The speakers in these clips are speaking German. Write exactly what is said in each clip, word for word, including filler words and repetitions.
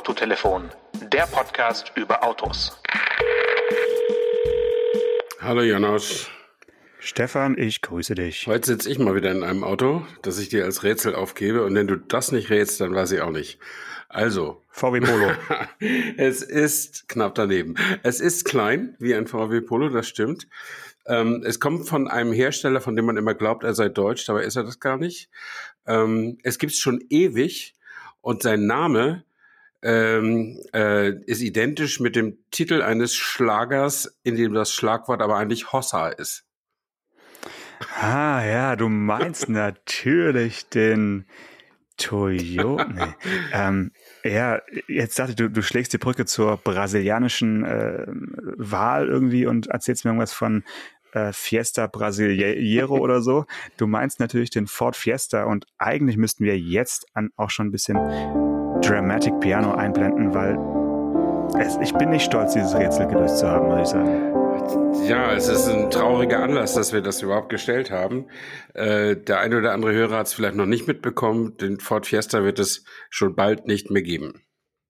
Autotelefon, der Podcast über Autos. Hallo Janosch. Stefan, ich grüße dich. Heute sitze ich mal wieder in einem Auto, das ich dir als Rätsel aufgebe. Und wenn du das nicht rätst, dann weiß ich auch nicht. Also. V W Polo. Es ist knapp daneben. Es ist klein, wie ein V W Polo, das stimmt. Ähm, es kommt von einem Hersteller, von dem man immer glaubt, er sei deutsch, dabei ist er das gar nicht. Ähm, es gibt's schon ewig und sein Name ähm, äh, ist identisch mit dem Titel eines Schlagers, in dem das Schlagwort aber eigentlich Hossa ist. Ah ja, du meinst natürlich den Toyota. Nee. Ähm, ja, jetzt dachte ich, du, du schlägst die Brücke zur brasilianischen äh, Wahl irgendwie und erzählst mir irgendwas von äh, Fiesta Brasileiro oder so. Du meinst natürlich den Ford Fiesta und eigentlich müssten wir jetzt an auch schon ein bisschen Dramatic Piano einblenden, weil es, ich bin nicht stolz, dieses Rätsel gelöst zu haben, muss ich sagen. Ja, es ist ein trauriger Anlass, dass wir das überhaupt gestellt haben. Äh, der eine oder andere Hörer hat es vielleicht noch nicht mitbekommen. Den Ford Fiesta wird es schon bald nicht mehr geben.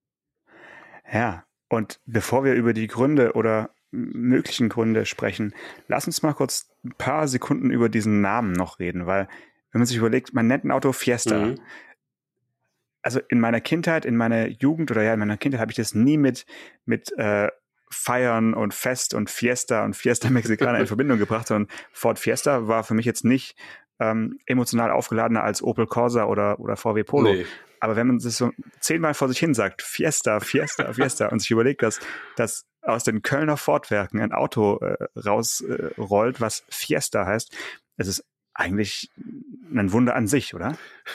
Ja, und bevor wir über die Gründe oder möglichen Gründe sprechen, lass uns mal kurz ein paar Sekunden über diesen Namen noch reden, weil wenn man sich überlegt, man nennt ein Auto Fiesta. Mhm. Also in meiner Kindheit, in meiner Jugend oder ja, in meiner Kindheit habe ich das nie mit mit äh, Feiern und Fest und Fiesta und Fiesta Mexicana in Verbindung gebracht, sondern Ford Fiesta war für mich jetzt nicht ähm, emotional aufgeladener als Opel Corsa oder, oder V W Polo. Nee. Aber wenn man das so zehnmal vor sich hin sagt, Fiesta, Fiesta, Fiesta, und sich überlegt, dass, dass aus den Kölner Fordwerken ein Auto äh, rausrollt, äh, was Fiesta heißt, es ist eigentlich ein Wunder an sich, oder?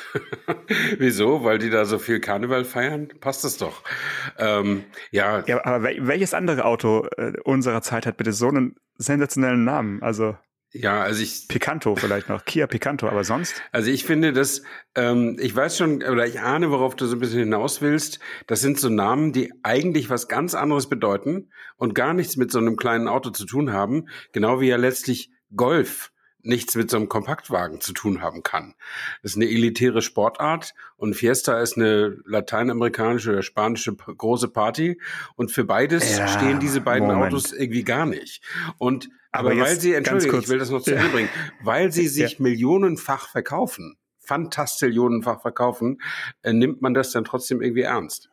Wieso? Weil die da so viel Karneval feiern? Passt das doch. Ähm, ja. Ja, aber welches andere Auto äh, unserer Zeit hat bitte so einen sensationellen Namen? Also ja, also ich Picanto vielleicht noch, Kia Picanto, aber sonst? Also ich finde, dass ähm, ich weiß schon oder ich ahne, worauf du so ein bisschen hinaus willst. Das sind so Namen, die eigentlich was ganz anderes bedeuten und gar nichts mit so einem kleinen Auto zu tun haben, genau wie ja letztlich Golf nichts mit so einem Kompaktwagen zu tun haben kann. Das ist eine elitäre Sportart und Fiesta ist eine lateinamerikanische oder spanische große Party und für beides ja, stehen diese beiden Moment. Autos irgendwie gar nicht. Und aber, aber weil sie, Entschuldigung, ich will das noch zu Ende ja. bringen, weil sie sich ja. millionenfach verkaufen, fantastillionenfach verkaufen, äh, nimmt man das dann trotzdem irgendwie ernst.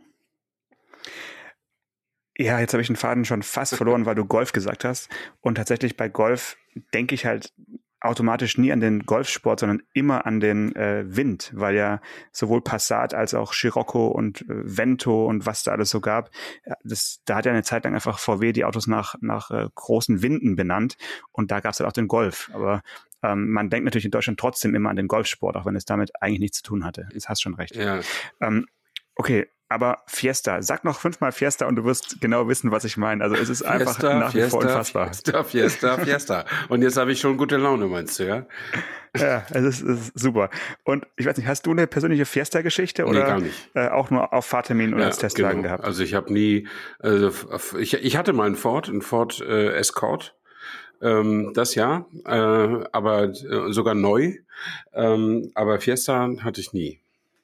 Ja, jetzt habe ich den Faden schon fast verloren, weil du Golf gesagt hast. Und tatsächlich bei Golf denke ich halt automatisch nie an den Golfsport, sondern immer an den äh, Wind, weil ja sowohl Passat als auch Scirocco und äh, Vento und was da alles so gab, das, da hat ja eine Zeit lang einfach V W die Autos nach nach äh, großen Winden benannt und da gab es halt auch den Golf. Aber ähm, man denkt natürlich in Deutschland trotzdem immer an den Golfsport, auch wenn es damit eigentlich nichts zu tun hatte. Das hast schon recht. Ja. Ähm, okay. Aber Fiesta, sag noch fünfmal Fiesta und du wirst genau wissen, was ich meine. Also es ist Fiesta, einfach nach wie Fiesta, vor unfassbar. Fiesta, Fiesta, Fiesta. Und jetzt habe ich schon gute Laune, meinst du, ja? Ja, es ist, es ist super. Und ich weiß nicht, hast du eine persönliche Fiesta-Geschichte oder nee, gar nicht. Äh, auch nur auf Fahrtermin oder ja, als Testwagen genau. gehabt? Also ich habe nie, also ich, ich hatte mal einen Ford, einen Ford äh, Escort. Ähm, das Jahr, äh, aber äh, sogar neu. Ähm, aber Fiesta hatte ich nie.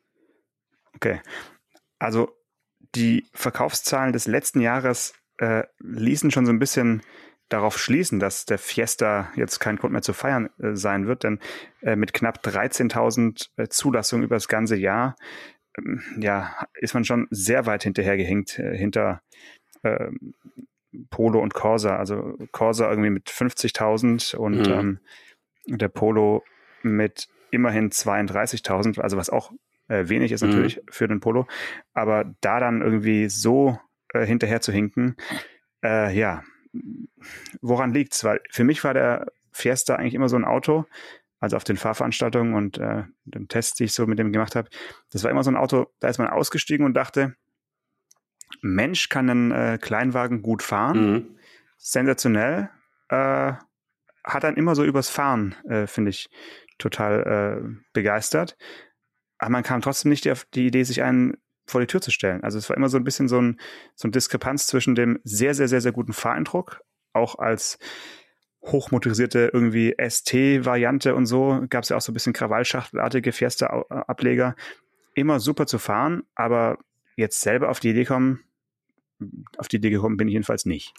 Okay. Also die Verkaufszahlen des letzten Jahres äh, ließen schon so ein bisschen darauf schließen, dass der Fiesta jetzt kein Grund mehr zu feiern äh, sein wird, denn äh, mit knapp dreizehntausend äh, Zulassungen über das ganze Jahr ähm, ja, ist man schon sehr weit hinterhergehängt äh, hinter äh, Polo und Corsa. Also Corsa irgendwie mit fünfzigtausend und mhm. ähm, der Polo mit immerhin zweiunddreißigtausend, also was auch wenig ist natürlich mhm. für den Polo, aber da dann irgendwie so äh, hinterher zu hinken, äh, ja, woran liegt's? Weil für mich war der Fiesta eigentlich immer so ein Auto, also auf den Fahrveranstaltungen und äh, den Tests, die ich so mit dem gemacht habe, das war immer so ein Auto, da ist man ausgestiegen und dachte, Mensch, kann einen äh, Kleinwagen gut fahren, mhm. sensationell, äh, hat dann immer so übers Fahren, äh, finde ich, total äh, begeistert. Aber man kam trotzdem nicht auf die Idee, sich einen vor die Tür zu stellen. Also es war immer so ein bisschen so ein so eine Diskrepanz zwischen dem sehr, sehr, sehr, sehr guten Fahreindruck, auch als hochmotorisierte irgendwie S T-Variante und so, gab es ja auch so ein bisschen Krawallschachtelartige Fiesta-Ableger. Immer super zu fahren, aber jetzt selber auf die Idee kommen, auf die Idee gekommen bin ich jedenfalls nicht.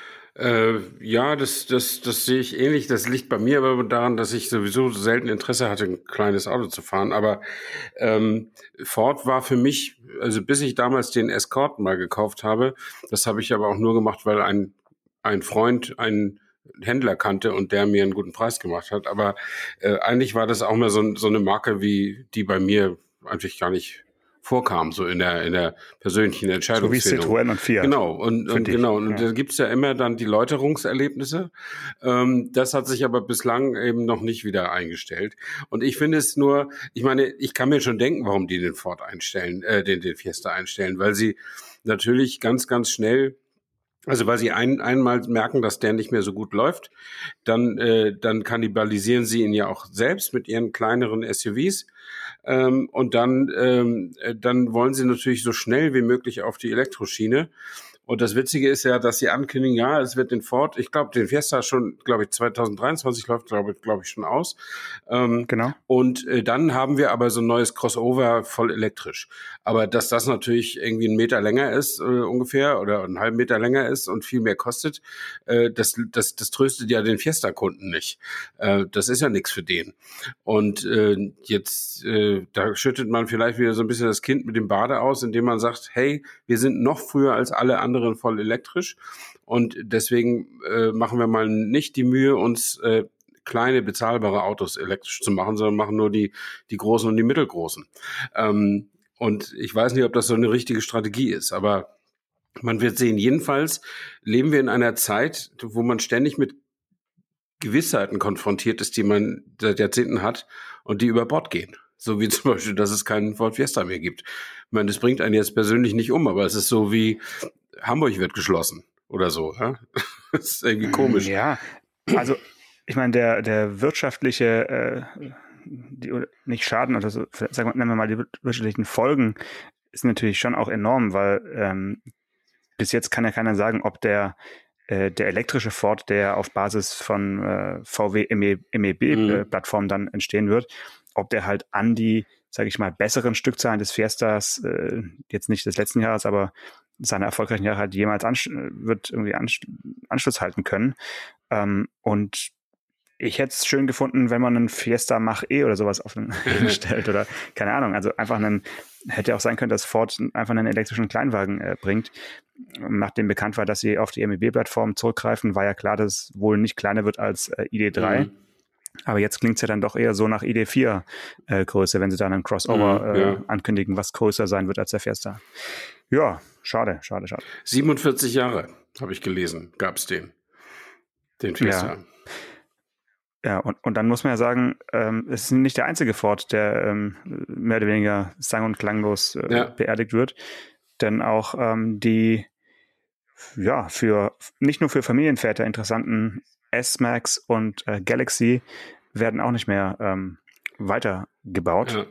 Äh, ja, das, das, das sehe ich ähnlich. Das liegt bei mir aber daran, dass ich sowieso selten Interesse hatte, ein kleines Auto zu fahren. Aber ähm, Ford war für mich, also bis ich damals den Escort mal gekauft habe, das habe ich aber auch nur gemacht, weil ein, ein Freund einen Händler kannte und der mir einen guten Preis gemacht hat. Aber äh, eigentlich war das auch mal so, so eine Marke, wie die bei mir eigentlich gar nicht vorkam, so in der in der persönlichen Entscheidungsfindung. So wie Citroën und Fiat. Genau, und, und genau, und ja. Da gibt's ja immer dann die Läuterungserlebnisse. Ähm, das hat sich aber bislang eben noch nicht wieder eingestellt. Und ich finde es nur, ich meine, ich kann mir schon denken, warum die den Ford einstellen, äh, den, den Fiesta einstellen, weil sie natürlich ganz, ganz schnell, also weil sie ein, einmal merken, dass der nicht mehr so gut läuft, dann, äh, dann kannibalisieren sie ihn ja auch selbst mit ihren kleineren S U Vs. Ähm, und dann, ähm, dann wollen sie natürlich so schnell wie möglich auf die Elektroschiene. Und das Witzige ist ja, dass sie ankündigen, ja, es wird den Ford, ich glaube, den Fiesta schon, glaube ich, zwanzig dreiundzwanzig läuft, glaube ich, glaube ich, schon aus. Ähm, genau. Und äh, dann haben wir aber so ein neues Crossover voll elektrisch. Aber dass das natürlich irgendwie einen Meter länger ist, äh, ungefähr, oder einen halben Meter länger ist und viel mehr kostet, äh, das, das, das tröstet ja den Fiesta-Kunden nicht. Äh, das ist ja nichts für den. Und äh, jetzt, äh, da schüttet man vielleicht wieder so ein bisschen das Kind mit dem Bade aus, indem man sagt, hey, wir sind noch früher als alle anderen voll elektrisch und deswegen äh, machen wir mal nicht die Mühe, uns äh, kleine bezahlbare Autos elektrisch zu machen, sondern machen nur die die großen und die mittelgroßen. Ähm, und ich weiß nicht, ob das so eine richtige Strategie ist, aber man wird sehen. Jedenfalls leben wir in einer Zeit, wo man ständig mit Gewissheiten konfrontiert ist, die man seit Jahrzehnten hat und die über Bord gehen. So wie zum Beispiel, dass es keinen Ford Fiesta mehr gibt. Ich meine, das bringt einen jetzt persönlich nicht um, aber es ist so wie Hamburg wird geschlossen oder so. Ja? Das ist irgendwie komisch. Ja, also ich meine, der, der wirtschaftliche, äh, die, nicht Schaden oder so, sagen wir, nennen wir mal die wirtschaftlichen Folgen, ist natürlich schon auch enorm, weil ähm, bis jetzt kann ja keiner sagen, ob der äh, der elektrische Ford, der auf Basis von äh, V W M E B-Plattform mhm. äh, dann entstehen wird, ob der halt an die, sage ich mal, besseren Stückzahlen des Fiestas, äh, jetzt nicht des letzten Jahres, aber seine erfolgreichen Jahre halt jemals ansch- wird irgendwie ansch- Anschluss halten können. Ähm, und ich hätte es schön gefunden, wenn man einen Fiesta Mach-E oder sowas auf den Ring stellt oder keine Ahnung. Also einfach einen, hätte auch sein können, dass Ford einfach einen elektrischen Kleinwagen äh, bringt. Nachdem bekannt war, dass sie auf die M E B-Plattform zurückgreifen, war ja klar, dass es wohl nicht kleiner wird als äh, I D drei. Mhm. Aber jetzt klingt es ja dann doch eher so nach I D vier äh, Größe, wenn sie dann einen Crossover mhm, ja. äh, ankündigen, was größer sein wird als der Fiesta. Ja, schade, schade, schade. siebenundvierzig Jahre, habe ich gelesen, gab es den. Den Fiesta. Ja. Ja, und, und dann muss man ja sagen, ähm, es ist nicht der einzige Ford, der ähm, mehr oder weniger sang- und klanglos äh, ja. beerdigt wird. Denn auch ähm, die, ja, für nicht nur für Familienväter interessanten S-Max und äh, Galaxy werden auch nicht mehr ähm, weitergebaut. Ja.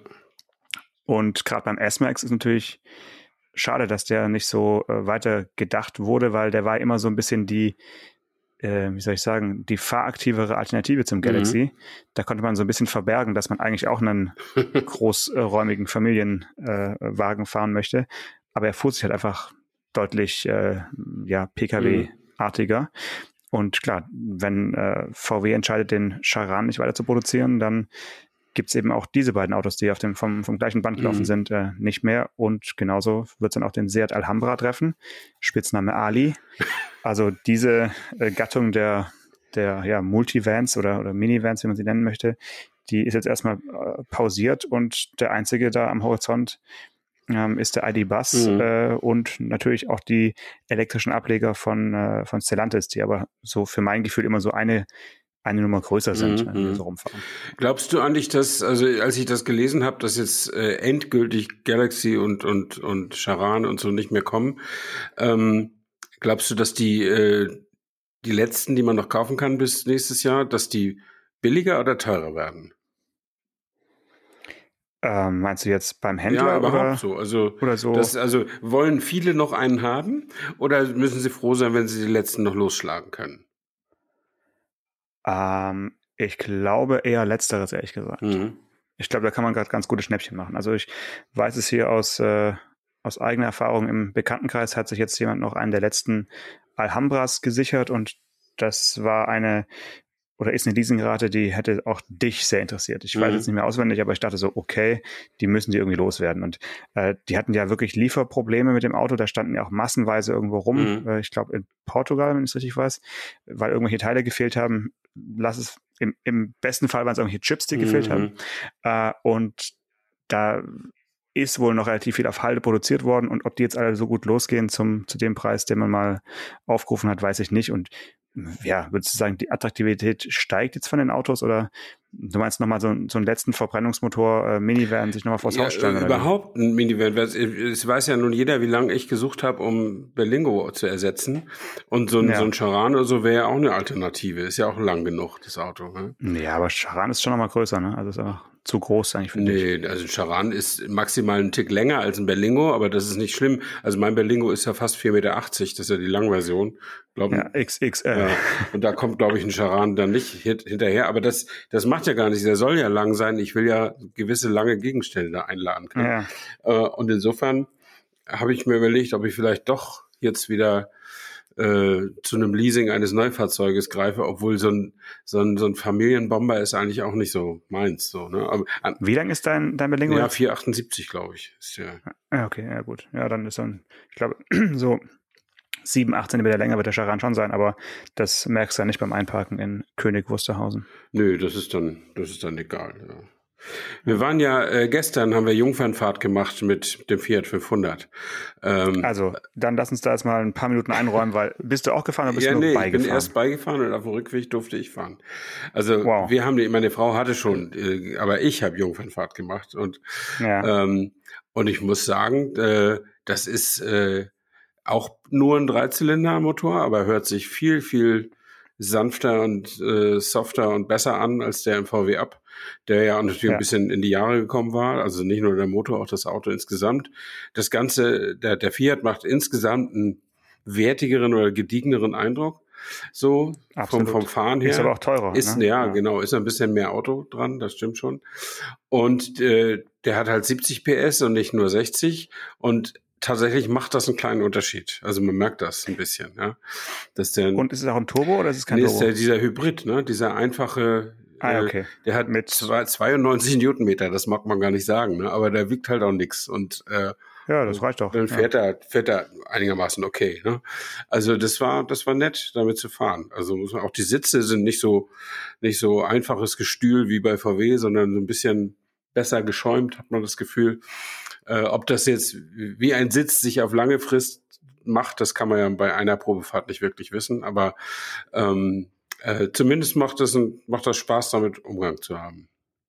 Und gerade beim S-Max ist natürlich schade, dass der nicht so äh, weiter gedacht wurde, weil der war immer so ein bisschen die Äh, wie soll ich sagen, die fahraktivere Alternative zum Galaxy. Mhm. Da konnte man so ein bisschen verbergen, dass man eigentlich auch einen großräumigen Familienwagen äh, fahren möchte. Aber er fuhr sich halt einfach deutlich äh, ja, P K W-artiger. Mhm. Und klar, wenn äh, V W entscheidet, den Charan nicht weiter zu produzieren, dann gibt es eben auch diese beiden Autos, die auf dem vom, vom gleichen Band gelaufen mhm. sind, äh, nicht mehr. Und genauso wird es dann auch den Seat Alhambra treffen. Spitzname Ali. Also diese äh, Gattung der, der ja, Multivans oder, oder Minivans, wie man sie nennen möchte, die ist jetzt erstmal äh, pausiert und der einzige da am Horizont ähm, ist der I D-Bus mhm. äh, und natürlich auch die elektrischen Ableger von, äh, von Stellantis, die aber so für mein Gefühl immer so eine eine Nummer größer sind, mhm. wenn wir so rumfahren. Glaubst du eigentlich, dass, also als ich das gelesen habe, dass jetzt äh, endgültig Galaxy und und und Charan und so nicht mehr kommen, ähm, glaubst du, dass die äh, die letzten, die man noch kaufen kann bis nächstes Jahr, dass die billiger oder teurer werden? Ähm, meinst du jetzt beim Händler ja, überhaupt oder so? Also, oder so? Das, also wollen viele noch einen haben oder müssen sie froh sein, wenn sie die letzten noch losschlagen können? Ähm, ich glaube eher Letzteres, ehrlich gesagt. Mhm. Ich glaube, da kann man gerade ganz gute Schnäppchen machen. Also ich weiß es hier aus, äh, aus eigener Erfahrung im Bekanntenkreis hat sich jetzt jemand noch einen der letzten Alhambras gesichert und das war eine oder ist eine Leasingrate, die hätte auch dich sehr interessiert. Ich mhm. weiß jetzt nicht mehr auswendig, aber ich dachte so, okay, die müssen die irgendwie loswerden. Und äh, die hatten ja wirklich Lieferprobleme mit dem Auto. Da standen ja auch massenweise irgendwo rum. Mhm. Äh, ich glaube in Portugal, wenn ich es richtig weiß, weil irgendwelche Teile gefehlt haben. Lass es im, im besten Fall waren es irgendwelche Chips, die mhm. gefehlt haben. Äh, und da ist wohl noch relativ viel auf Halde produziert worden. Und ob die jetzt alle so gut losgehen zum zu dem Preis, den man mal aufgerufen hat, weiß ich nicht. Und ja, würdest du sagen, die Attraktivität steigt jetzt von den Autos oder du meinst nochmal so, so einen letzten Verbrennungsmotor äh, Minivan sich nochmal vors ja, Haus stellen? Äh, überhaupt ein Minivan. Es weiß ja nun jeder, wie lange ich gesucht habe, um Berlingo zu ersetzen. Und so ein, ja. so ein Charan oder so wäre ja auch eine Alternative. Ist ja auch lang genug, das Auto. Ne? Ja, aber Charan ist schon nochmal größer, ne? Also ist einfach zu groß eigentlich, finde nee, ich. Nee, also ein Charan ist maximal einen Tick länger als ein Berlingo, aber das ist nicht schlimm. Also mein Berlingo ist ja fast vier Meter achtzig, das ist ja die Langversion. Glaub, ja, X X L. Ja, und da kommt, glaube ich, ein Charan dann nicht hinterher. Aber das, das macht ja gar nichts. Der soll ja lang sein. Ich will ja gewisse lange Gegenstände einladen können. Ja. Und insofern habe ich mir überlegt, ob ich vielleicht doch jetzt wieder äh, zu einem Leasing eines Neufahrzeuges greife, obwohl so ein, so ein, so ein Familienbomber ist eigentlich auch nicht so meins. So, ne? Aber, an, wie lang ist dein, dein Berlingo? Ja, vier Komma achtundsiebzig, glaube ich. Ist der. Ja, okay, ja gut. Ja, dann ist dann, ich glaube, so sieben, acht Zentimeter länger wird der Charan schon sein, aber das merkst du ja nicht beim Einparken in König Wusterhausen. Nö, das ist dann, das ist dann egal. Ja. Wir waren ja, äh, gestern haben wir Jungfernfahrt gemacht mit dem Fiat fünfhundert. Ähm, also, dann lass uns da jetzt mal ein paar Minuten einräumen, weil bist du auch gefahren oder bist ja, du nur nee, beigefahren? Ich bin erst beigefahren und auf dem Rückweg durfte ich fahren. Also, wow. wir haben die, meine Frau hatte schon, äh, aber ich habe Jungfernfahrt gemacht und, ja. ähm, und ich muss sagen, äh, das ist, äh, auch nur ein Dreizylindermotor, aber hört sich viel, viel sanfter und äh, softer und besser an als der im V W Up, der ja natürlich ja. ein bisschen in die Jahre gekommen war. Also nicht nur der Motor, auch das Auto insgesamt. Das Ganze, der, der Fiat macht insgesamt einen wertigeren oder gediegeneren Eindruck. So vom, vom Fahren her. Ist aber auch teurer. Ist, ne? ja, ja, genau, ist ein bisschen mehr Auto dran, das stimmt schon. Und äh, der hat halt siebzig P S und nicht nur sechzig und tatsächlich macht das einen kleinen Unterschied. Also man merkt das ein bisschen. Ja. Dass der, und ist es auch ein Turbo oder ist es kein nee, Turbo? Ist der, dieser Hybrid, ne? Dieser einfache, ah, okay. äh, der hat mit zweiundneunzig Newtonmeter, das mag man gar nicht sagen, ne? Aber der wiegt halt auch nichts. Und äh, ja, das reicht doch. Dann fährt, ja. er, fährt er einigermaßen okay. Ne? Also das war, das war nett, damit zu fahren. Also muss man, auch die Sitze sind nicht so, nicht so einfaches Gestühl wie bei V W, sondern so ein bisschen besser geschäumt, hat man das Gefühl. Äh, ob das jetzt wie ein Sitz sich auf lange Frist macht, das kann man ja bei einer Probefahrt nicht wirklich wissen. Aber ähm, äh, zumindest macht das, ein, macht das Spaß, damit Umgang zu haben.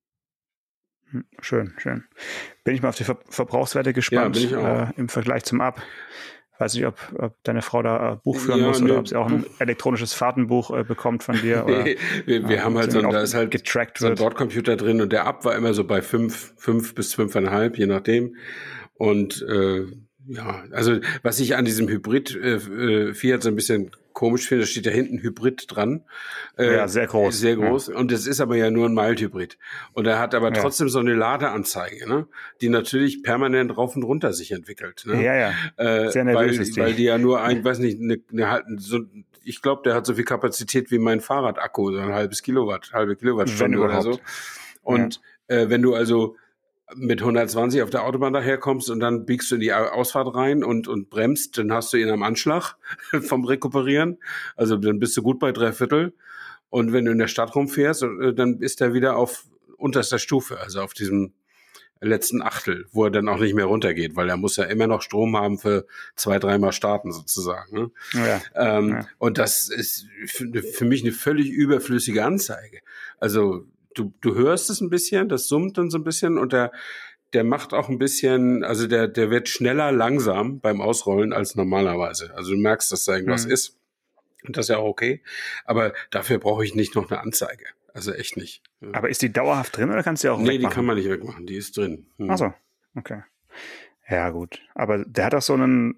Schön, schön. Bin ich mal auf die Ver- Verbrauchswerte gespannt, ja, bin ich auch. Äh, im Vergleich zum Up. Weiß nicht, ob, ob deine Frau da ein Buch führen ja, muss ne, oder ob sie auch ein elektronisches Fahrtenbuch äh, bekommt von dir. Oder, nee, wir, wir äh, haben halt so, da ist halt getrackt so ein wird. Bordcomputer drin und der Up war immer so bei fünf, fünf bis fünfeinhalb, je nachdem. Und äh, ja, also was ich an diesem Hybrid äh, Fiat so ein bisschen komisch finde, da steht da hinten Hybrid dran. Äh, ja, sehr groß. Sehr groß. Ja. Und das ist aber ja nur ein Mild-Hybrid. Und er hat aber trotzdem ja. so eine Ladeanzeige, ne? Die natürlich permanent rauf und runter sich entwickelt. Ne? Ja, ja. Sehr äh, nervös weil, ist die. weil die ja nur ein, weiß nicht, eine, eine, so, ich glaube, der hat so viel Kapazität wie mein Fahrradakku, so ein halbes Kilowatt, halbe Kilowattstunde oder so. Und ja. äh, wenn du also mit hundertzwanzig auf der Autobahn daherkommst und dann biegst du in die Ausfahrt rein und, und bremst, dann hast du ihn am Anschlag vom Rekuperieren. Also dann bist du gut bei drei Viertel. Und wenn du in der Stadt rumfährst, dann ist er wieder auf unterster Stufe, also auf diesem letzten Achtel, wo er dann auch nicht mehr runtergeht, weil er muss ja immer noch Strom haben für zwei, dreimal starten sozusagen. Ne? Ja. Ähm, ja. Und das ist für, für mich eine völlig überflüssige Anzeige. Also Du, du hörst es ein bisschen, das summt dann so ein bisschen und der, der macht auch ein bisschen, also der, der wird schneller langsam beim Ausrollen als normalerweise. Also du merkst, dass da irgendwas mhm. ist und das ist ja auch okay. Aber dafür brauche ich nicht noch eine Anzeige. Also echt nicht. Aber ist die dauerhaft drin oder kannst du die auch nee, wegmachen? Nee, die kann man nicht wegmachen, die ist drin. Hm. Ach so, okay. Ja gut, aber der hat auch so einen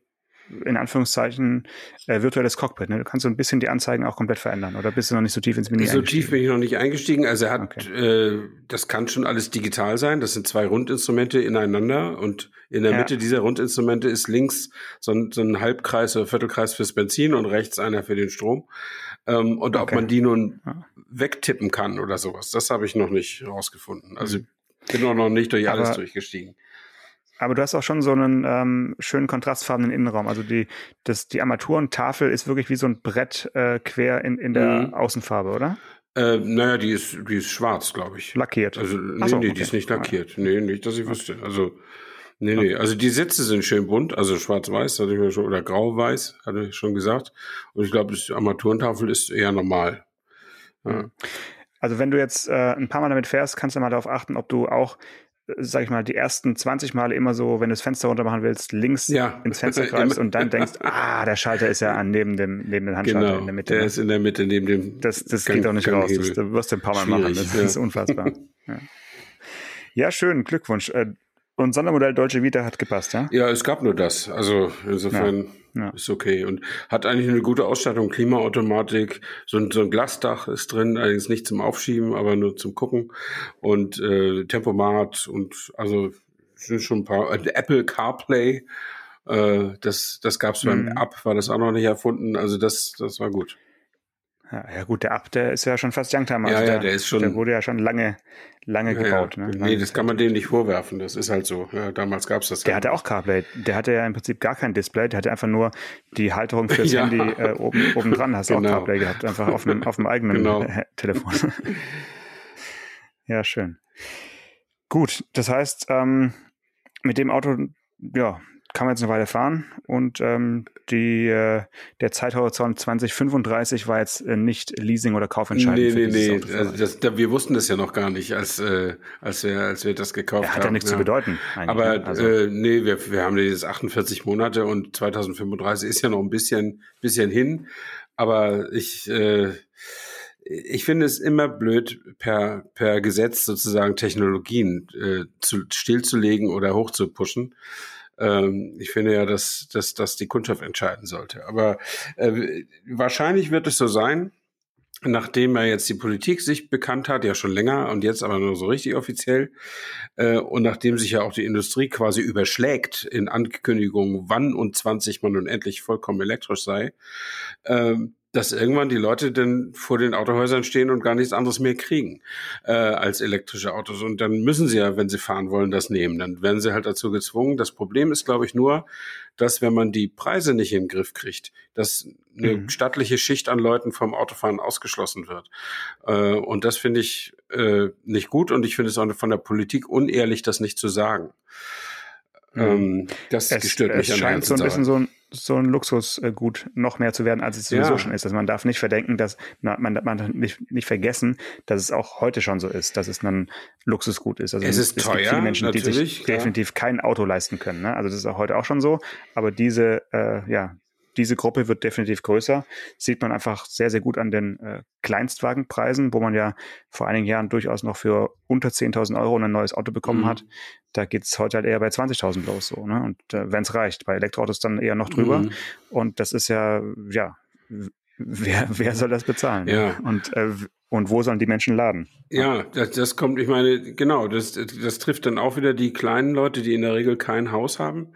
in Anführungszeichen äh, virtuelles Cockpit. Ne? Du kannst so ein bisschen die Anzeigen auch komplett verändern. Oder bist du noch nicht so tief ins Menü So tief bin ich noch nicht eingestiegen. Also er hat, Okay. äh, das kann schon alles digital sein. Das sind zwei Rundinstrumente ineinander und in der Ja. Mitte dieser Rundinstrumente ist links so ein, so ein Halbkreis oder Viertelkreis fürs Benzin und rechts einer für den Strom. Ähm, und ob Okay. man die nun Ja. wegtippen kann oder sowas, das habe ich noch nicht rausgefunden. Also bin auch noch nicht durch alles Aber- durchgestiegen. Aber du hast auch schon so einen ähm, schönen kontrastfarbenen Innenraum. Also die, das, die Armaturentafel ist wirklich wie so ein Brett äh, quer in, in der Mhm. Außenfarbe, oder? Äh, naja, die ist, die ist schwarz, glaube ich. Lackiert. Also, nee, Ach so, nee, okay. die ist nicht lackiert. Nee, nicht, dass ich wüsste. Also, nee, nee. Also, die Sitze sind schön bunt, also schwarz-weiß, hatte ich mir schon, oder grau-weiß, hatte ich schon gesagt. Und ich glaube, die Armaturentafel ist eher normal. Ja. Also wenn du jetzt äh, ein paar Mal damit fährst, kannst du mal darauf achten, ob du auch, äh, sag ich mal, die ersten zwanzig Male immer so, wenn du das Fenster runter machen willst, links Ja. ins Fenster greifst und dann denkst, ah, der Schalter ist ja an neben dem, neben dem Handschalter Genau, in der Mitte. der ne? ist in der Mitte neben dem Das, das Gang- geht doch nicht raus. Das, Ganghebel. das wirst du ein paar Mal machen. Schwierig, Das ja. ist unfassbar. Ja. Ja, schön, Glückwunsch. Äh, Und Sondermodell Deutsche Vita hat gepasst, ja? Ja, es gab nur das. Also insofern Ja, ja. ist okay. Und hat eigentlich eine gute Ausstattung, Klimaautomatik, so ein, so ein Glasdach ist drin, allerdings nicht zum Aufschieben, aber nur zum Gucken. Und äh, Tempomat und also es sind schon ein paar. Äh, Apple CarPlay, äh, das, das gab's beim Mhm. Up, war das auch noch nicht erfunden. Also das, das war gut. Ja, ja gut, der Up, der ist ja schon fast Youngtimer. Ja, Also ja, der, der ist schon- Der wurde ja schon lange, lange Ja, gebaut. ja. Ne? Nee, Lange das kann man dem nicht vorwerfen. Das ist halt so. Ja, damals gab's das. Der halt hatte nicht. auch CarPlay. Der hatte ja im Prinzip gar kein Display. Der hatte einfach nur die Halterung fürs Ja. Handy äh, oben, oben dran. Hast du Genau. auch CarPlay gehabt. Einfach auf dem, auf dem eigenen Genau. äh, Telefon. Ja, schön. Gut, das heißt, ähm, mit dem Auto, ja, kann man jetzt eine Weile fahren und ähm, die, äh, der Zeithorizont zwanzig fünfunddreißig war jetzt äh, nicht Leasing- oder Kaufentscheidend Nee, für nee, dieses nee. Auto. für Also euch. das, da, wir wussten das ja noch gar nicht, als, äh, als, wir, als wir das gekauft Er haben. hat ja nichts zu bedeuten. eigentlich, Aber ne? Also, äh, nee, wir, wir haben jetzt achtundvierzig Monate und zwanzig fünfunddreißig ist ja noch ein bisschen, bisschen hin. Aber ich, äh, ich finde es immer blöd, per, per Gesetz sozusagen Technologien äh, zu, stillzulegen oder hochzupushen. Ähm, ich finde ja, dass, dass, dass die Kundschaft entscheiden sollte. Aber äh, wahrscheinlich wird es so sein, nachdem er jetzt die Politik sich bekannt hat, ja schon länger und jetzt aber nur so richtig offiziell, äh, und nachdem sich ja auch die Industrie quasi überschlägt in Ankündigungen, wann und zwanzig man nun endlich vollkommen elektrisch sei, ähm, dass irgendwann die Leute dann vor den Autohäusern stehen und gar nichts anderes mehr kriegen äh, als elektrische Autos. Und dann müssen sie ja, wenn sie fahren wollen, das nehmen. Dann werden sie halt dazu gezwungen. Das Problem ist, glaube ich, nur, dass wenn man die Preise nicht in den Griff kriegt, dass eine Mhm. stattliche Schicht an Leuten vom Autofahren ausgeschlossen wird. Äh, und das finde ich äh, nicht gut und ich finde es auch von der Politik unehrlich, das nicht zu sagen. Mhm. Ähm, das es, stört mich es an der scheint so ein ganzen bisschen Sache. so ein, so ein Luxusgut noch mehr zu werden, als es sowieso Ja. schon ist. Also man darf nicht verdenken, dass man, man, man darf nicht, nicht vergessen, dass es auch heute schon so ist, dass es ein Luxusgut ist. Also Es ist gibt teuer, viele Menschen, die natürlich, sich klar. definitiv kein Auto leisten können. Ne? Also das ist auch heute auch schon so. Aber diese, äh, ja, diese Gruppe wird definitiv größer. Sieht man einfach sehr, sehr gut an den äh, Kleinstwagenpreisen, wo man ja vor einigen Jahren durchaus noch für unter zehntausend Euro ein neues Auto bekommen Mhm. hat. Da geht's heute halt eher bei zwanzigtausend los. So, ne? Und äh, wenn es reicht, bei Elektroautos dann eher noch drüber. Mhm. Und das ist ja, ja, w- wer, wer soll das bezahlen? Ja. Und, äh, und wo sollen die Menschen laden? Ja, das, das kommt, ich meine, genau, das, das trifft dann auch wieder die kleinen Leute, die in der Regel kein Haus haben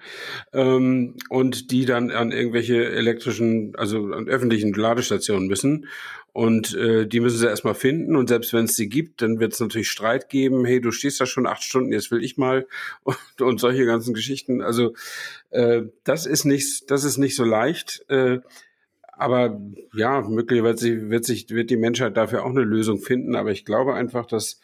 ähm, und die dann an irgendwelche elektrischen, also an öffentlichen Ladestationen müssen. Und äh, die müssen sie erstmal finden. Und selbst wenn es sie gibt, dann wird es natürlich Streit geben. Hey, du stehst da schon acht Stunden, jetzt will ich mal. Und, und solche ganzen Geschichten. Also äh, das ist nicht, das ist nicht so leicht. Äh, Aber ja, möglicherweise wird sich, wird die Menschheit dafür auch eine Lösung finden. Aber ich glaube einfach, dass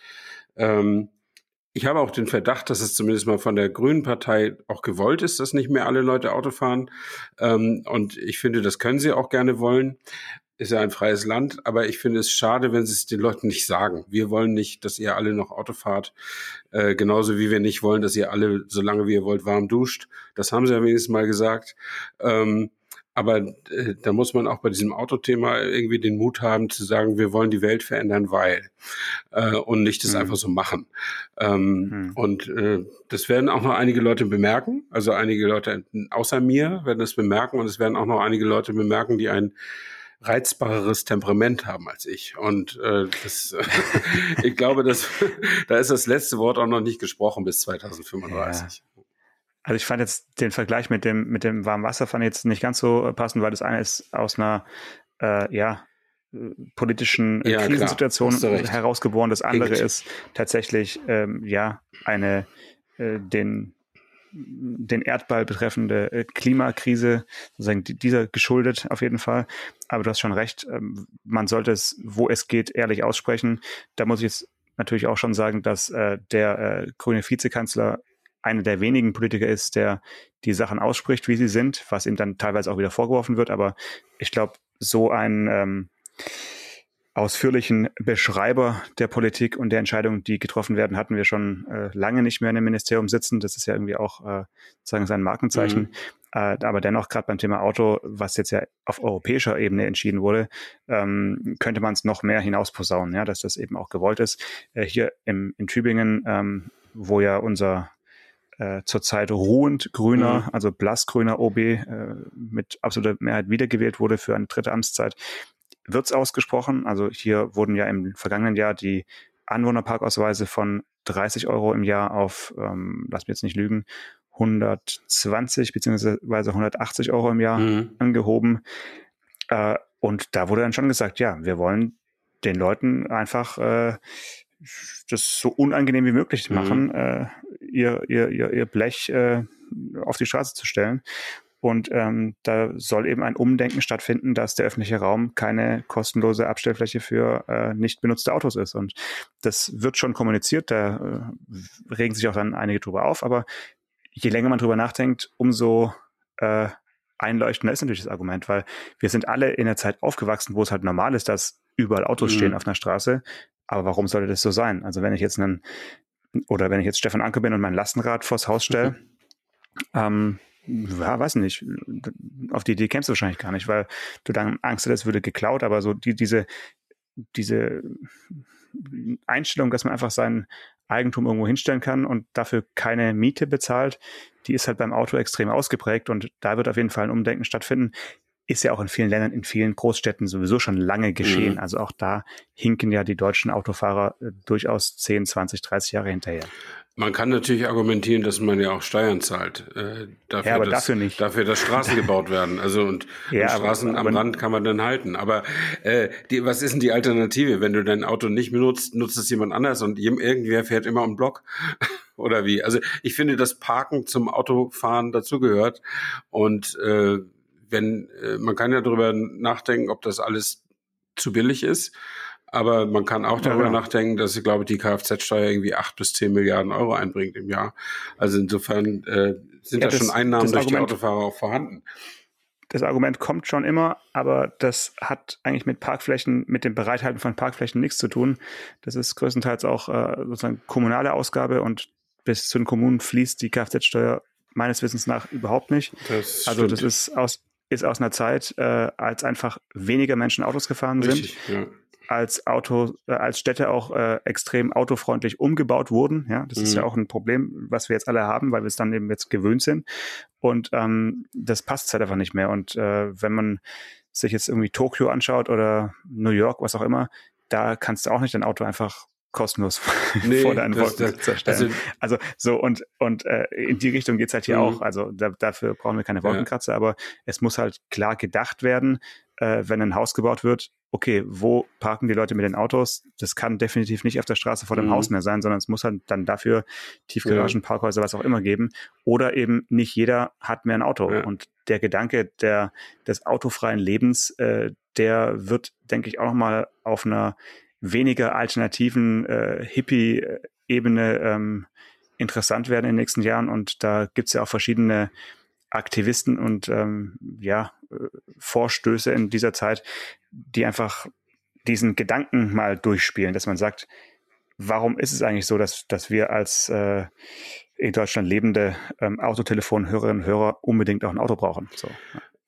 ähm, ich habe auch den Verdacht, dass es zumindest mal von der Grünen Partei auch gewollt ist, dass nicht mehr alle Leute Auto fahren. Ähm, und ich finde, das können sie auch gerne wollen. Ist ja ein freies Land, aber ich finde es schade, wenn sie es den Leuten nicht sagen. Wir wollen nicht, dass ihr alle noch Auto fahrt, äh, genauso wie wir nicht wollen, dass ihr alle, solange wie ihr wollt, warm duscht. Das haben sie ja wenigstens mal gesagt. Ähm, Aber äh, da muss man auch bei diesem Autothema irgendwie den Mut haben zu sagen, wir wollen die Welt verändern, weil äh, und nicht das mhm. einfach so machen. Ähm, mhm. Und äh, das werden auch noch einige Leute bemerken. Also einige Leute außer mir werden das bemerken und es werden auch noch einige Leute bemerken, die ein reizbareres Temperament haben als ich. Und äh, das, ich glaube, dass, da ist das letzte Wort auch noch nicht gesprochen bis zweitausendfünfunddreißig. Ja. Also ich fand jetzt den Vergleich mit dem mit dem warmen Wasser fand ich jetzt nicht ganz so passend, weil das eine ist aus einer äh, ja politischen äh, ja, Krisensituation herausgeboren. Das andere Richtig. ist tatsächlich ähm, ja eine äh, den den Erdball betreffende äh, Klimakrise, sozusagen die, dieser geschuldet auf jeden Fall. Aber du hast schon recht, ähm, man sollte es, wo es geht, ehrlich aussprechen. Da muss ich jetzt natürlich auch schon sagen, dass äh, der äh, grüne Vizekanzler einer der wenigen Politiker ist, der die Sachen ausspricht, wie sie sind, was ihm dann teilweise auch wieder vorgeworfen wird. Aber ich glaube, so ein ähm, ausführlichen Beschreiber der Politik und der Entscheidungen, die getroffen werden, hatten wir schon äh, lange nicht mehr in dem Ministerium sitzen. Das ist ja irgendwie auch äh, sozusagen sein Markenzeichen. Mhm. Äh, aber dennoch, gerade beim Thema Auto, was jetzt ja auf europäischer Ebene entschieden wurde, ähm, könnte man es noch mehr hinausposaunen, ja, dass das eben auch gewollt ist. Äh, hier im, in Tübingen, ähm, wo ja unser äh, zurzeit ruhend grüner, mhm. also blassgrüner O B äh, mit absoluter Mehrheit wiedergewählt wurde für eine dritte Amtszeit, wird es ausgesprochen. Also hier wurden ja im vergangenen Jahr die Anwohnerparkausweise von dreißig Euro im Jahr auf, ähm, lass mich jetzt nicht lügen, hundertzwanzig beziehungsweise hundertachtzig Euro im Jahr mhm. angehoben. Äh, und da wurde dann schon gesagt, ja, wir wollen den Leuten einfach äh, das so unangenehm wie möglich machen, mhm. äh, ihr, ihr, ihr, ihr Blech äh, auf die Straße zu stellen. Und ähm, da soll eben ein Umdenken stattfinden, dass der öffentliche Raum keine kostenlose Abstellfläche für äh, nicht benutzte Autos ist. Und das wird schon kommuniziert, da äh, regen sich auch dann einige drüber auf. Aber je länger man drüber nachdenkt, umso äh, einleuchtender ist natürlich das Argument, weil wir sind alle in der Zeit aufgewachsen, wo es halt normal ist, dass überall Autos mhm. stehen auf einer Straße. Aber warum sollte das so sein? Also wenn ich jetzt einen, oder wenn ich jetzt Stefan Anker bin und mein Lastenrad vors Haus stelle, mhm. ähm, ja, weiß nicht, auf die Idee kämst du wahrscheinlich gar nicht, weil du dann Angst hättest, es würde geklaut, aber so die, diese, diese Einstellung, dass man einfach sein Eigentum irgendwo hinstellen kann und dafür keine Miete bezahlt, die ist halt beim Auto extrem ausgeprägt und da wird auf jeden Fall ein Umdenken stattfinden. Ist ja auch in vielen Ländern, in vielen Großstädten sowieso schon lange geschehen. Mhm. Also auch da hinken ja die deutschen Autofahrer äh, durchaus zehn, zwanzig, dreißig Jahre hinterher. Man kann natürlich argumentieren, dass man ja auch Steuern zahlt. Äh, dafür, ja, aber dass, dafür nicht. Dafür, dass Straßen gebaut werden. Also und, ja, und Straßen aber, aber, am Rand kann man dann halten. Aber äh, die, was ist denn die Alternative? Wenn du dein Auto nicht benutzt, nutzt es jemand anders und irgendwer fährt immer um den Block. Oder wie? Also ich finde, dass Parken zum Autofahren dazugehört. Und äh, wenn äh, man kann ja darüber nachdenken, ob das alles zu billig ist. Aber man kann auch darüber ja, genau. nachdenken, dass ich glaube, die Kfz-Steuer irgendwie acht bis zehn Milliarden Euro einbringt im Jahr. Also insofern äh, sind ja, da das, schon Einnahmen durch Argument, die Autofahrer auch vorhanden. Das Argument kommt schon immer, aber das hat eigentlich mit Parkflächen, mit dem Bereithalten von Parkflächen nichts zu tun. Das ist größtenteils auch äh, sozusagen kommunale Ausgabe und bis zu den Kommunen fließt die Kfz-Steuer meines Wissens nach überhaupt nicht. Das also das ist aus, ist aus einer Zeit, äh, als einfach weniger Menschen Autos gefahren Richtig, sind. Ja. als Auto, äh, als Städte auch äh, extrem autofreundlich umgebaut wurden. Ja, das mhm. ist ja auch ein Problem, was wir jetzt alle haben, weil wir es dann eben jetzt gewöhnt sind. Und ähm, das passt halt einfach nicht mehr. Und äh, wenn man sich jetzt irgendwie Tokio anschaut oder New York, was auch immer, da kannst du auch nicht dein Auto einfach kostenlos nee, vor deinen Wolken zerstellen. Also, also so und und äh, in die Richtung geht's halt hier mhm. auch. Also da, dafür brauchen wir keine Wolkenkratzer, ja. aber es muss halt klar gedacht werden, äh, wenn ein Haus gebaut wird, okay, wo parken die Leute mit den Autos? Das kann definitiv nicht auf der Straße vor dem mhm. Haus mehr sein, sondern es muss halt dann dafür Tiefgaragen, ja. Parkhäuser, was auch immer geben. Oder eben nicht jeder hat mehr ein Auto. Ja. Und der Gedanke der des autofreien Lebens, äh, der wird, denke ich, auch nochmal auf einer weniger alternativen äh, Hippie-Ebene ähm, interessant werden in den nächsten Jahren. Und da gibt's ja auch verschiedene Aktivisten und ähm, ja Vorstöße in dieser Zeit, die einfach diesen Gedanken mal durchspielen, dass man sagt, warum ist es eigentlich so, dass dass wir als äh, in Deutschland lebende ähm, Autotelefon-Hörerinnen und Hörer unbedingt auch ein Auto brauchen? So.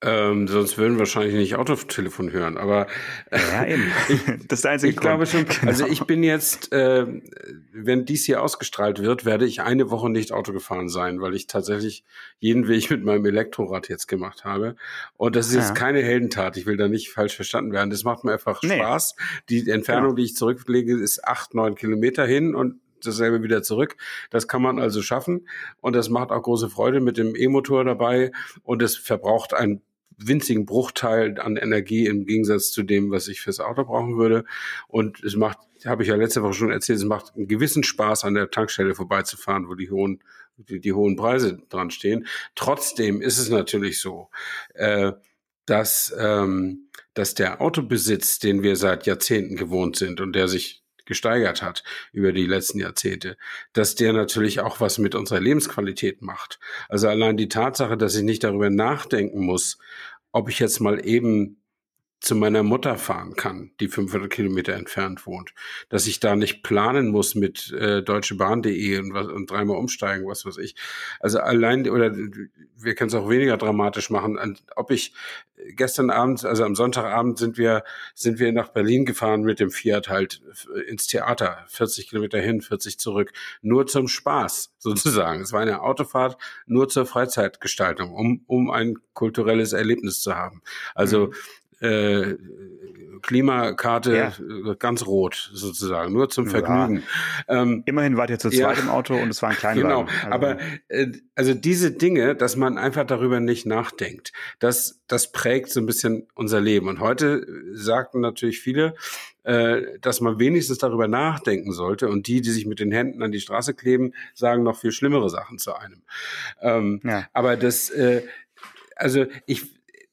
Ähm, sonst würden wir wahrscheinlich nicht Autotelefon hören, aber ja, eben. Das ist der einzige ich glaube schon, Genau. also ich bin jetzt, äh, wenn dies hier ausgestrahlt wird, werde ich eine Woche nicht Auto gefahren sein, weil ich tatsächlich jeden Weg mit meinem Elektrorad jetzt gemacht habe. Und das ist jetzt Ja. keine Heldentat, ich will da nicht falsch verstanden werden. Das macht mir einfach Nee. Spaß. Die Entfernung, Genau. die ich zurücklege, ist acht, neun Kilometer hin und dasselbe wieder zurück. Das kann man also schaffen und das macht auch große Freude mit dem E-Motor dabei und es verbraucht einen winzigen Bruchteil an Energie im Gegensatz zu dem, was ich fürs Auto brauchen würde. Und es macht, habe ich ja letzte Woche schon erzählt, es macht einen gewissen Spaß, an der Tankstelle vorbeizufahren, wo die hohen, die, die hohen Preise dran stehen. Trotzdem ist es natürlich so, äh, dass, ähm, dass der Autobesitz, den wir seit Jahrzehnten gewohnt sind und der sich gesteigert hat über die letzten Jahrzehnte, dass der natürlich auch was mit unserer Lebensqualität macht. Also allein die Tatsache, dass ich nicht darüber nachdenken muss, ob ich jetzt mal eben zu meiner Mutter fahren kann, die fünfhundert Kilometer entfernt wohnt, dass ich da nicht planen muss mit äh, deutschebahn punkt de und, was, und dreimal umsteigen, was weiß ich. Also allein, oder wir können es auch weniger dramatisch machen, ob ich gestern Abend, also am Sonntagabend sind wir sind wir nach Berlin gefahren mit dem Fiat halt ins Theater, vierzig Kilometer hin, vierzig zurück, nur zum Spaß sozusagen. Es war eine Autofahrt nur zur Freizeitgestaltung, um um ein kulturelles Erlebnis zu haben. Also mhm. Äh, Klimakarte ja. ganz rot sozusagen, nur zum Vergnügen. Ja. Ähm, Immerhin wart ihr zu zweit ja. im Auto und es war ein Kleinwagen. Genau, also. aber äh, also diese Dinge, dass man einfach darüber nicht nachdenkt, das, das prägt so ein bisschen unser Leben. Und heute sagten natürlich viele, äh, dass man wenigstens darüber nachdenken sollte. Und die, die sich mit den Händen an die Straße kleben, sagen noch viel schlimmere Sachen zu einem. Ähm, ja. Aber das, äh, also ich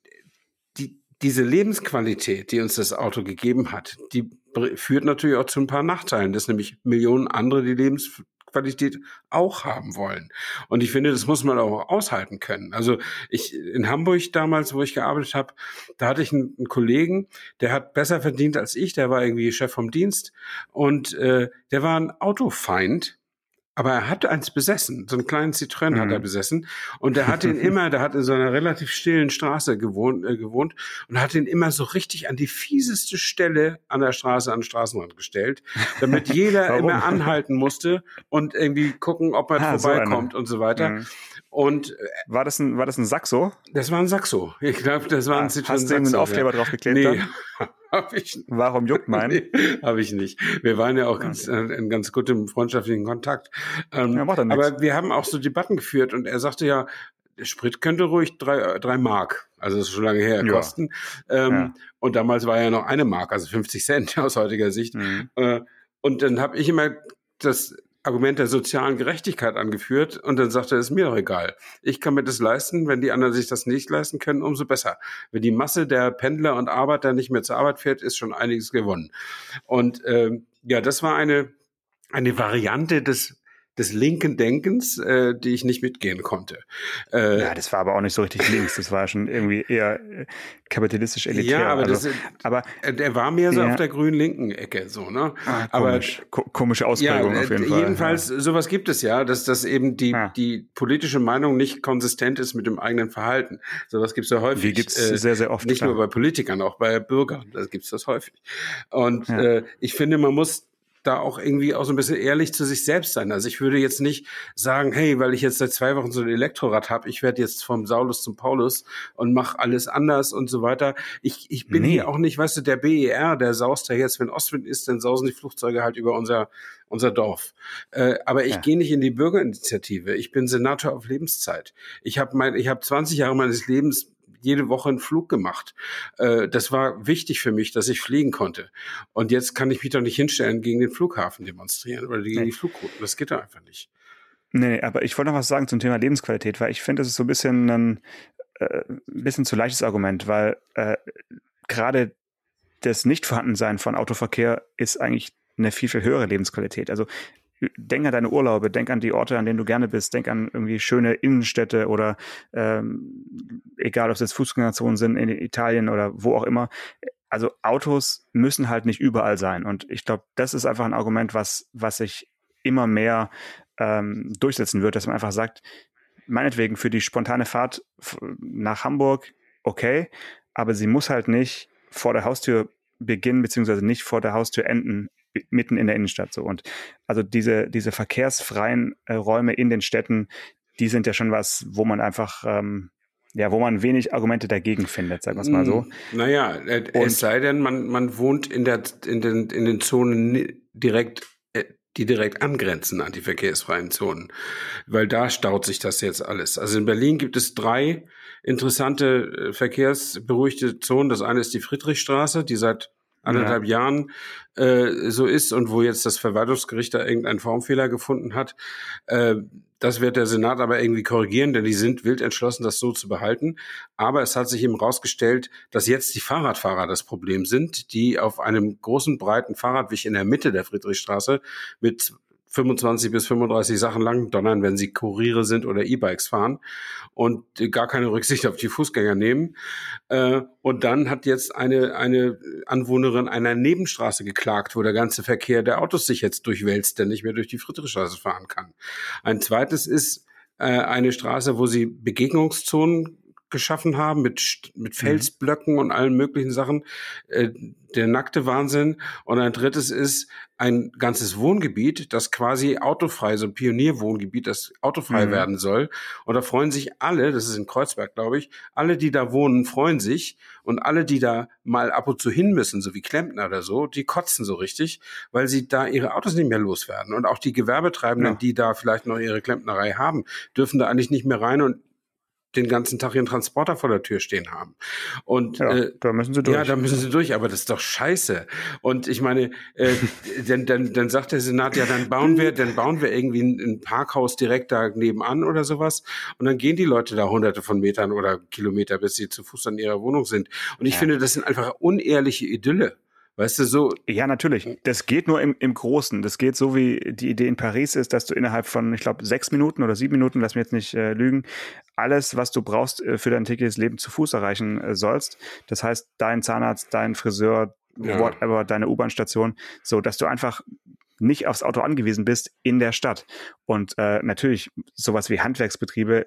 Diese Lebensqualität, die uns das Auto gegeben hat, die führt natürlich auch zu ein paar Nachteilen, dass nämlich Millionen andere die Lebensqualität auch haben wollen. Und ich finde, das muss man auch aushalten können. Also ich in Hamburg damals, wo ich gearbeitet habe, da hatte ich einen, einen Kollegen, der hat besser verdient als ich, der war irgendwie Chef vom Dienst und äh, der war ein Autofeind. Aber er hat eins besessen, so einen kleinen Citroën mhm. hat er besessen und der hat ihn immer, der hat in so einer relativ stillen Straße gewohnt, äh, gewohnt und hat ihn immer so richtig an die fieseste Stelle an der Straße, an den Straßenrand gestellt, damit jeder immer anhalten musste und irgendwie gucken, ob er ah, vorbeikommt so und so weiter. Mhm. Und äh, war das ein war das ein Saxo? Das war ein Saxo. Ich glaube, das war ein ah, Citroën Hast du einen Aufkleber ja. draufgeklebt nee. dann? Hab ich nicht. Warum juckt mein? Nee, habe ich nicht. Wir waren ja auch ganz, äh, in ganz gutem freundschaftlichen Kontakt. Ähm, ja, macht aber wir haben auch so Debatten geführt und er sagte ja, der Sprit könnte ruhig drei, drei Mark, also das ist schon lange her, ja. kosten. Ähm, ja. Und damals war ja noch eine Mark, also fünfzig Cent aus heutiger Sicht. Mhm. Äh, und dann habe ich immer das Argument der sozialen Gerechtigkeit angeführt und dann sagte er, ist mir doch egal. Ich kann mir das leisten, wenn die anderen sich das nicht leisten können, umso besser. Wenn die Masse der Pendler und Arbeiter nicht mehr zur Arbeit fährt, ist schon einiges gewonnen. Und ähm, ja, das war eine eine Variante des des linken Denkens, äh, die ich nicht mitgehen konnte. Äh, ja, das war aber auch nicht so richtig links. Das war schon irgendwie eher äh, kapitalistisch elitär. Ja, aber, also, das, aber der war mehr so ja. auf der grün-linken Ecke, so, ne? Ah, aber komisch. Ko- komische Ausprägung ja, auf jeden äh, Fall. Jedenfalls, ja. sowas gibt es ja, dass das eben die ja. die politische Meinung nicht konsistent ist mit dem eigenen Verhalten. Sowas gibt's ja häufig. Die gibt's äh, sehr, sehr oft. Nicht klar. nur bei Politikern, auch bei Bürgern. Da gibt's das häufig. Und ja. äh, ich finde, man muss da auch irgendwie auch so ein bisschen ehrlich zu sich selbst sein. Also ich würde jetzt nicht sagen, hey, weil ich jetzt seit zwei Wochen so ein Elektrorad habe, ich werde jetzt vom Saulus zum Paulus und mache alles anders und so weiter. Ich, ich bin nee. hier auch nicht, weißt du, der B E R, der saust ja jetzt, wenn Ostwind ist, dann sausen die Flugzeuge halt über unser unser Dorf. Äh, aber ich ja. gehe nicht in die Bürgerinitiative. Ich bin Senator auf Lebenszeit. Ich habe mein, ich habe zwanzig Jahre meines Lebens jede Woche einen Flug gemacht. Äh, das war wichtig für mich, dass ich fliegen konnte. Und jetzt kann ich mich doch nicht hinstellen, gegen den Flughafen demonstrieren oder gegen nee. die Flugrouten. Das geht doch einfach nicht. Nee, aber ich wollte noch was sagen zum Thema Lebensqualität, weil ich finde, das ist so ein bisschen ein, äh, ein bisschen zu leichtes Argument, weil äh, gerade das Nichtvorhandensein von Autoverkehr ist eigentlich eine viel, viel höhere Lebensqualität. Also denk an deine Urlaube, denk an die Orte, an denen du gerne bist, denk an irgendwie schöne Innenstädte oder ähm, egal, ob es jetzt Fußgängerzonen sind in Italien oder wo auch immer. Also Autos müssen halt nicht überall sein. Und ich glaube, das ist einfach ein Argument, was, was sich immer mehr ähm, durchsetzen wird, dass man einfach sagt, meinetwegen für die spontane Fahrt nach Hamburg okay, aber sie muss halt nicht vor der Haustür beginnen, beziehungsweise nicht vor der Haustür enden, mitten in der Innenstadt. So. Und also diese, diese verkehrsfreien äh, Räume in den Städten, die sind ja schon was, wo man einfach, ähm, ja, wo man wenig Argumente dagegen findet, sagen wir es mal so. Naja, äh, es sei denn, man, man wohnt in der, in den, in den Zonen direkt, äh, die direkt angrenzen an die verkehrsfreien Zonen. Weil da staut sich das jetzt alles. Also in Berlin gibt es drei interessante äh, verkehrsberuhigte Zonen. Das eine ist die Friedrichstraße, die seit anderthalb ja. Jahren äh, so ist und wo jetzt das Verwaltungsgericht da irgendeinen Formfehler gefunden hat. Äh, das wird der Senat aber irgendwie korrigieren, denn die sind wild entschlossen, das so zu behalten. Aber es hat sich eben rausgestellt, dass jetzt die Fahrradfahrer das Problem sind, die auf einem großen, breiten Fahrradweg in der Mitte der Friedrichstraße mit fünfundzwanzig bis fünfunddreißig Sachen lang donnern, wenn sie Kuriere sind oder E-Bikes fahren und gar keine Rücksicht auf die Fußgänger nehmen. Und dann hat jetzt eine, eine Anwohnerin einer Nebenstraße geklagt, wo der ganze Verkehr der Autos sich jetzt durchwälzt, der nicht mehr durch die Friedrichstraße fahren kann. Ein zweites ist eine Straße, wo sie Begegnungszonen geschaffen haben mit mit Felsblöcken mhm. und allen möglichen Sachen, äh, der nackte Wahnsinn. Und ein drittes ist ein ganzes Wohngebiet, das quasi autofrei, so ein Pionierwohngebiet, das autofrei mhm. werden soll. Und da freuen sich alle, das ist in Kreuzberg, glaube ich, alle, die da wohnen, freuen sich. Und alle, die da mal ab und zu hin müssen, so wie Klempner oder so, die kotzen so richtig, weil sie da ihre Autos nicht mehr loswerden. Und auch die Gewerbetreibenden, ja. die da vielleicht noch ihre Klempnerei haben, dürfen da eigentlich nicht mehr rein und den ganzen Tag ihren Transporter vor der Tür stehen haben. Und ja, äh, da müssen sie durch. Ja, da müssen sie durch, aber das ist doch scheiße. Und ich meine, äh, dann, dann, dann sagt der Senat, ja, dann bauen wir, dann bauen wir irgendwie ein, ein Parkhaus direkt da nebenan oder sowas. Und dann gehen die Leute da hunderte von Metern oder Kilometer, bis sie zu Fuß an ihrer Wohnung sind. Und ich ja. finde, das sind einfach unehrliche Idylle. Weißt du, so. Ja, natürlich. Das geht nur im, im Großen. Das geht so, wie die Idee in Paris ist, dass du innerhalb von, ich glaube, sechs Minuten oder sieben Minuten, lass mich jetzt nicht äh, lügen, alles, was du brauchst äh, für dein tägliches Leben zu Fuß erreichen äh, sollst. Das heißt, dein Zahnarzt, dein Friseur, ja. whatever, deine U-Bahn-Station, so, dass du einfach nicht aufs Auto angewiesen bist in der Stadt. Und äh, natürlich, sowas wie Handwerksbetriebe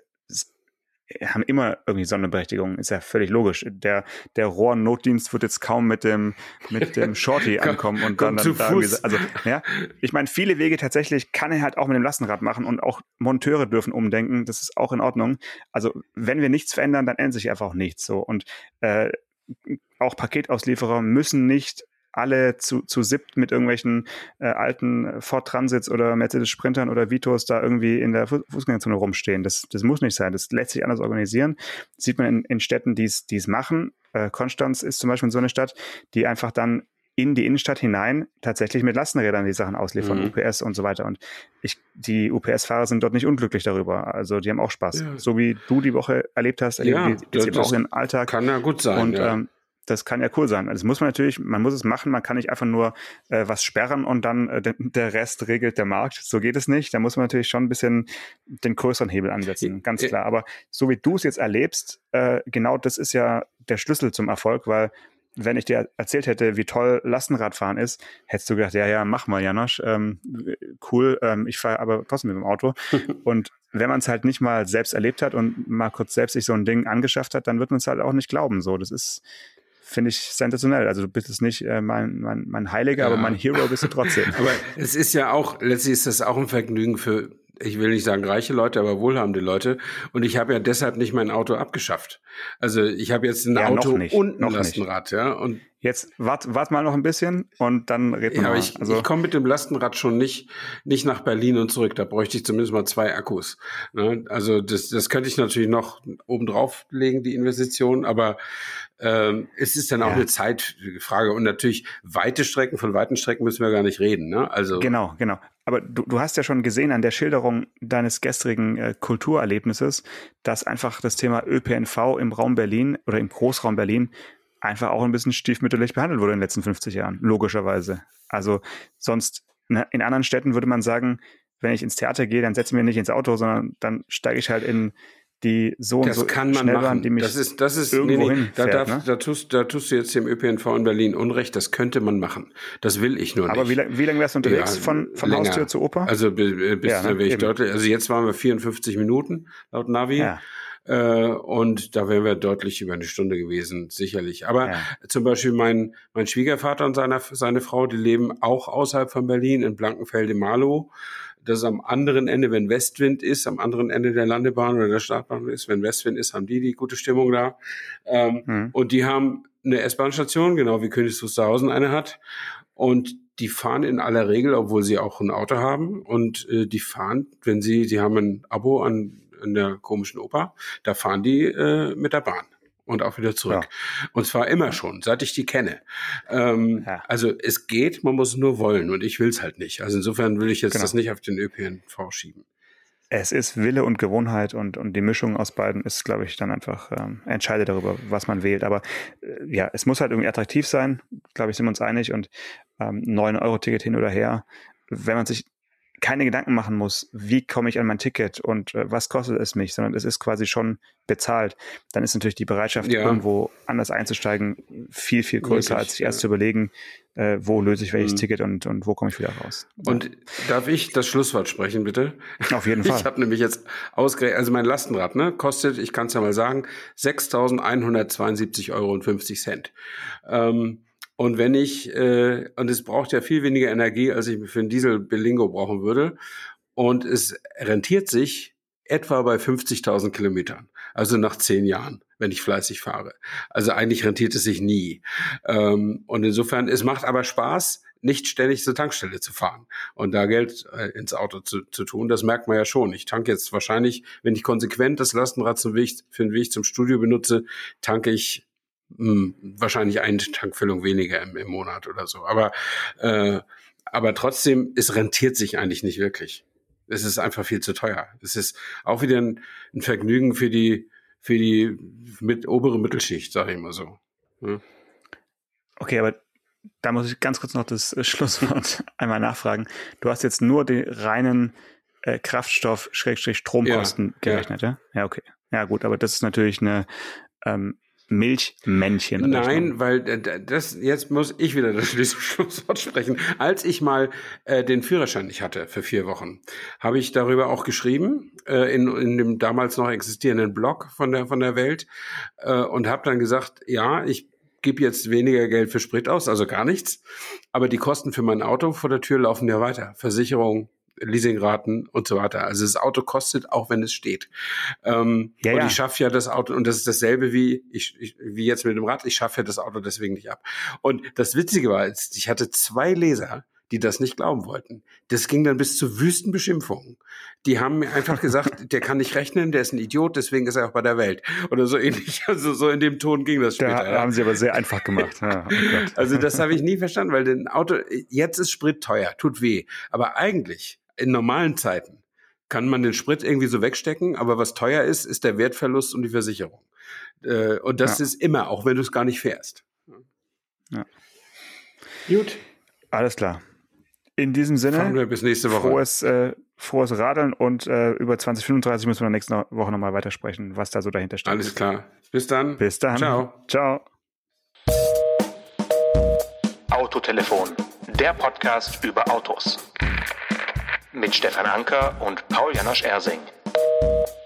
haben immer irgendwie Sonderberechtigung, ist ja völlig logisch. Der, der Rohrnotdienst wird jetzt kaum mit dem, mit dem Shorty ankommen und dann, dann da irgendwie, also, ja. Ich meine, viele Wege tatsächlich kann er halt auch mit dem Lastenrad machen und auch Monteure dürfen umdenken. Das ist auch in Ordnung. Also, wenn wir nichts verändern, dann ändert sich einfach auch nichts, so. Und, äh, auch Paketauslieferer müssen nicht alle zu, zu siebt mit irgendwelchen äh, alten Ford Transits oder Mercedes Sprintern oder Vitos da irgendwie in der Fußgängerzone rumstehen. Das, das muss nicht sein. Das lässt sich anders organisieren. Das sieht man in, in Städten, die es machen. Äh, Konstanz ist zum Beispiel so eine Stadt, die einfach dann in die Innenstadt hinein tatsächlich mit Lastenrädern die Sachen ausliefern, mhm. U P S und so weiter. Und ich, die U P S-Fahrer sind dort nicht unglücklich darüber. Also die haben auch Spaß. Ja. So wie du die Woche erlebt hast, erleben ja, die jetzt eben auch ihren Alltag. Kann ja gut sein. Und ja. ähm, das kann ja cool sein. Also das muss man natürlich, man muss es machen, man kann nicht einfach nur äh, was sperren und dann äh, der Rest regelt der Markt. So geht es nicht. Da muss man natürlich schon ein bisschen den größeren Hebel ansetzen, ganz klar. Aber so wie du es jetzt erlebst, äh, genau das ist ja der Schlüssel zum Erfolg, weil wenn ich dir erzählt hätte, wie toll Lastenradfahren ist, hättest du gedacht, ja, ja, mach mal, Janosch, ähm, cool, ähm, ich fahre aber trotzdem mit dem Auto. Und wenn man es halt nicht mal selbst erlebt hat und mal kurz selbst sich so ein Ding angeschafft hat, dann wird man es halt auch nicht glauben. So, das ist, finde ich, sensationell. Also du bist es nicht äh, mein, mein, mein Heiliger, ja. aber mein Hero bist du trotzdem. Aber es ist ja auch, letztlich ist das auch ein Vergnügen für, ich will nicht sagen reiche Leute, aber wohlhabende Leute. Und ich habe ja deshalb nicht mein Auto abgeschafft. Also ich habe jetzt ein ja, Auto und ein Lastenrad. Ja, und jetzt wart, wart mal noch ein bisschen und dann reden wir ja, mal. Ich, also, ich komme mit dem Lastenrad schon nicht nicht nach Berlin und zurück. Da bräuchte ich zumindest mal zwei Akkus. Ne? Also das, das könnte ich natürlich noch obendrauf legen, die Investition. Aber ähm, es ist dann auch ja. eine Zeitfrage. Und natürlich weite Strecken, von weiten Strecken müssen wir gar nicht reden. Ne? Also Genau, genau. Aber du, du hast ja schon gesehen an der Schilderung deines gestrigen äh, Kulturerlebnisses, dass einfach das Thema Ö P N V im Raum Berlin oder im Großraum Berlin einfach auch ein bisschen stiefmütterlich behandelt wurde in den letzten fünfzig Jahren, logischerweise. Also sonst, ne, in anderen Städten würde man sagen, wenn ich ins Theater gehe, dann setze ich mich nicht ins Auto, sondern dann steige ich halt in die so und das so kann man Schnellbahn, machen. die mich das ist, das ist, irgendwo nee, nee, hinfährt. Da, darf, ne? da, tust, da tust du jetzt dem Ö P N V in Berlin Unrecht. Das könnte man machen. Das will ich nur nicht. Aber wie, wie lange wärst du unterwegs ja, von, von länger. Haustür zur Oper? Also bis, bis ja, ne? da wäre ich deutlich. Also jetzt waren wir vierundfünfzig Minuten laut Navi. Ja. Äh, und da wären wir deutlich über eine Stunde gewesen, sicherlich. Aber ja. zum Beispiel mein, mein Schwiegervater und seine, seine Frau, die leben auch außerhalb von Berlin in Blankenfelde-Marlow. Das ist am anderen Ende, wenn Westwind ist, am anderen Ende der Landebahn oder der Startbahn ist. Wenn Westwind ist, haben die die gute Stimmung da. Ähm, mhm. Und die haben eine S-Bahn-Station, genau wie Königs Wusterhausen eine hat. Und die fahren in aller Regel, obwohl sie auch ein Auto haben. Und äh, die fahren, wenn sie, die haben ein Abo an, an der komischen Oper, da fahren die äh, mit der Bahn. Und auch wieder zurück. Ja. Und zwar immer schon, seit ich die kenne. Ähm, ja. Also es geht, man muss es nur wollen und ich will es halt nicht. Also insofern will ich jetzt genau. das nicht auf den Ö P N V schieben. Es ist Wille und Gewohnheit und, und die Mischung aus beiden ist, glaube ich, dann einfach ähm, entscheidet darüber, was man wählt. Aber äh, ja, es muss halt irgendwie attraktiv sein, glaube ich, sind wir uns einig. Und ähm, neun Euro Ticket hin oder her, wenn man sich keine Gedanken machen muss, wie komme ich an mein Ticket und äh, was kostet es mich, sondern es ist quasi schon bezahlt, dann ist natürlich die Bereitschaft, ja. irgendwo anders einzusteigen, viel, viel größer, Wirklich, als sich ja. erst zu überlegen, äh, wo löse ich welches mhm. Ticket und, und wo komme ich wieder raus. Und ja. darf ich das Schlusswort sprechen, bitte? Auf jeden Fall. Ich habe nämlich jetzt ausgerechnet, also mein Lastenrad ne, kostet, ich kann es ja mal sagen, sechstausendeinhundertzweiundsiebzig Euro und fünfzig Cent. Ähm, Und wenn ich, äh, und es braucht ja viel weniger Energie, als ich für einen Diesel Berlingo brauchen würde. Und es rentiert sich etwa bei fünfzigtausend Kilometern. Also nach zehn Jahren, wenn ich fleißig fahre. Also eigentlich rentiert es sich nie. Ähm, und insofern, es macht aber Spaß, nicht ständig zur Tankstelle zu fahren und da Geld äh, ins Auto zu, zu tun. Das merkt man ja schon. Ich tanke jetzt wahrscheinlich, wenn ich konsequent das Lastenrad zum Weg, für den Weg zum Studio benutze, tanke ich Hm, wahrscheinlich eine Tankfüllung weniger im, im Monat oder so. Aber, äh, aber trotzdem, es rentiert sich eigentlich nicht wirklich. Es ist einfach viel zu teuer. Es ist auch wieder ein, ein Vergnügen für die, für die mit, obere Mittelschicht, sage ich mal so. Ja. Okay, aber da muss ich ganz kurz noch das Schlusswort einmal nachfragen. Du hast jetzt nur die reinen äh, Kraftstoff-Stromkosten ja, gerechnet, ja. ja? Ja, okay. Ja, gut, aber das ist natürlich eine ähm, Milchmännchen. Nein, weil das jetzt muss ich wieder das Schlusswort sprechen. Als ich mal äh, den Führerschein nicht hatte für vier Wochen, habe ich darüber auch geschrieben äh, in, in dem damals noch existierenden Blog von der von der Welt äh, und habe dann gesagt, ja, ich gebe jetzt weniger Geld für Sprit aus, also gar nichts, aber die Kosten für mein Auto vor der Tür laufen ja weiter. Versicherung, Leasingraten und so weiter. Also das Auto kostet, auch wenn es steht. Ähm, ja, und ja. ich schaffe ja das Auto, und das ist dasselbe wie ich, ich wie jetzt mit dem Rad, ich schaffe ja das Auto deswegen nicht ab. Und das Witzige war, ich hatte zwei Leser, die das nicht glauben wollten. Das ging dann bis zu wüsten Beschimpfungen. Die haben mir einfach gesagt, der kann nicht rechnen, der ist ein Idiot, deswegen ist er auch bei der Welt. Oder so ähnlich. Also so in dem Ton ging das später. Da ja. haben sie aber sehr einfach gemacht. Ja, oh Gott. Also das habe ich nie verstanden, weil ein Auto, jetzt ist Sprit teuer, tut weh. Aber eigentlich in normalen Zeiten kann man den Sprit irgendwie so wegstecken, aber was teuer ist, ist der Wertverlust und die Versicherung. Äh, und das ja. ist immer, auch wenn du es gar nicht fährst. Ja. Gut. Alles klar. In diesem Sinne, fahren wir bis nächste Woche. Frohes, äh, frohes Radeln und äh, über zwanzig fünfunddreißig müssen wir nächste Woche nochmal weitersprechen, was da so dahinter steht. Alles klar. Bis dann. Bis dann. Ciao. Ciao. Autotelefon, der Podcast über Autos. Mit Stefan Anker und Paul Janosch Ersing.